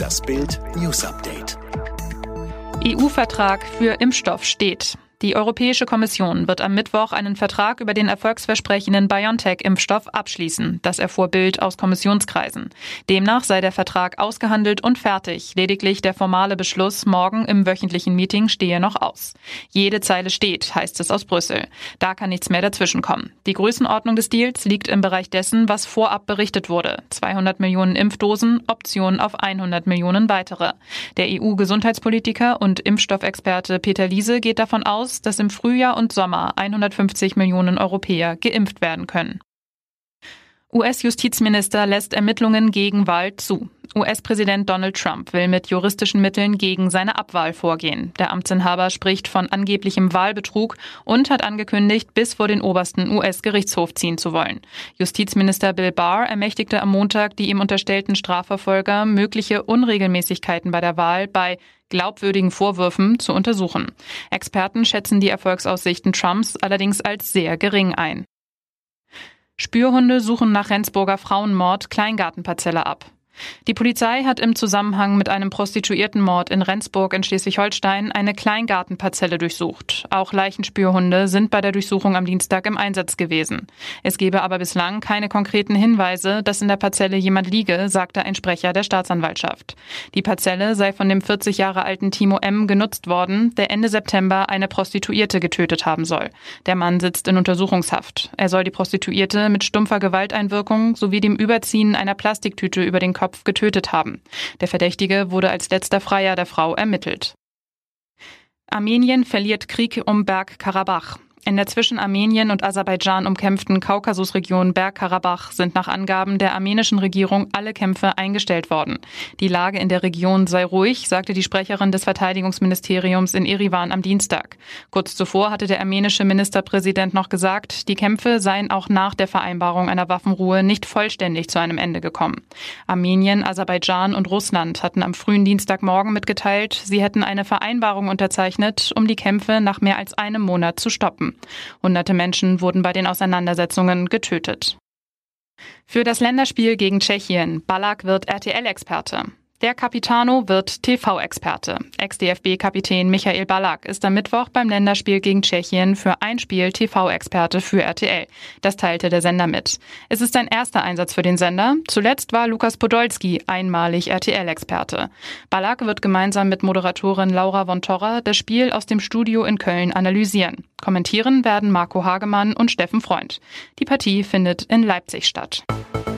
Das Bild News Update. EU-Vertrag für Impfstoff steht. Die Europäische Kommission wird am Mittwoch einen Vertrag über den erfolgsversprechenden BioNTech-Impfstoff abschließen. Das erfuhr Bild aus Kommissionskreisen. Demnach sei der Vertrag ausgehandelt und fertig. Lediglich der formale Beschluss morgen im wöchentlichen Meeting stehe noch aus. Jede Zeile steht, heißt es aus Brüssel. Da kann nichts mehr dazwischenkommen. Die Größenordnung des Deals liegt im Bereich dessen, was vorab berichtet wurde. 200 Millionen Impfdosen, Optionen auf 100 Millionen weitere. Der EU-Gesundheitspolitiker und Impfstoffexperte Peter Liese geht davon aus, dass im Frühjahr und Sommer 150 Millionen Europäer geimpft werden können. US-Justizminister lässt Ermittlungen gegen Wahl zu. US-Präsident Donald Trump will mit juristischen Mitteln gegen seine Abwahl vorgehen. Der Amtsinhaber spricht von angeblichem Wahlbetrug und hat angekündigt, bis vor den obersten US-Gerichtshof ziehen zu wollen. Justizminister Bill Barr ermächtigte am Montag die ihm unterstellten Strafverfolger, mögliche Unregelmäßigkeiten bei der Wahl bei glaubwürdigen Vorwürfen zu untersuchen. Experten schätzen die Erfolgsaussichten Trumps allerdings als sehr gering ein. Spürhunde suchen nach Rendsburger Frauenmord Kleingartenparzelle ab. Die Polizei hat im Zusammenhang mit einem Prostituiertenmord in Rendsburg in Schleswig-Holstein eine Kleingartenparzelle durchsucht. Auch Leichenspürhunde sind bei der Durchsuchung am Dienstag im Einsatz gewesen. Es gebe aber bislang keine konkreten Hinweise, dass in der Parzelle jemand liege, sagte ein Sprecher der Staatsanwaltschaft. Die Parzelle sei von dem 40 Jahre alten Timo M. genutzt worden, der Ende September eine Prostituierte getötet haben soll. Der Mann sitzt in Untersuchungshaft. Er soll die Prostituierte mit stumpfer Gewalteinwirkung sowie dem Überziehen einer Plastiktüte über den Kopf getötet haben. Der Verdächtige wurde als letzter Freier der Frau ermittelt. Armenien verliert Krieg um Bergkarabach. In der zwischen Armenien und Aserbaidschan umkämpften Kaukasusregion Bergkarabach sind nach Angaben der armenischen Regierung alle Kämpfe eingestellt worden. Die Lage in der Region sei ruhig, sagte die Sprecherin des Verteidigungsministeriums in Erivan am Dienstag. Kurz zuvor hatte der armenische Ministerpräsident noch gesagt, die Kämpfe seien auch nach der Vereinbarung einer Waffenruhe nicht vollständig zu einem Ende gekommen. Armenien, Aserbaidschan und Russland hatten am frühen Dienstagmorgen mitgeteilt, sie hätten eine Vereinbarung unterzeichnet, um die Kämpfe nach mehr als einem Monat zu stoppen. Hunderte Menschen wurden bei den Auseinandersetzungen getötet. Für das Länderspiel gegen Tschechien, Ballack wird RTL-Experte. Der Capitano wird TV-Experte. Ex-DFB-Kapitän Michael Ballack ist am Mittwoch beim Länderspiel gegen Tschechien für ein Spiel TV-Experte für RTL. Das teilte der Sender mit. Es ist sein erster Einsatz für den Sender. Zuletzt war Lukas Podolski einmalig RTL-Experte. Ballack wird gemeinsam mit Moderatorin Laura von Torra das Spiel aus dem Studio in Köln analysieren. Kommentieren werden Marco Hagemann und Steffen Freund. Die Partie findet in Leipzig statt.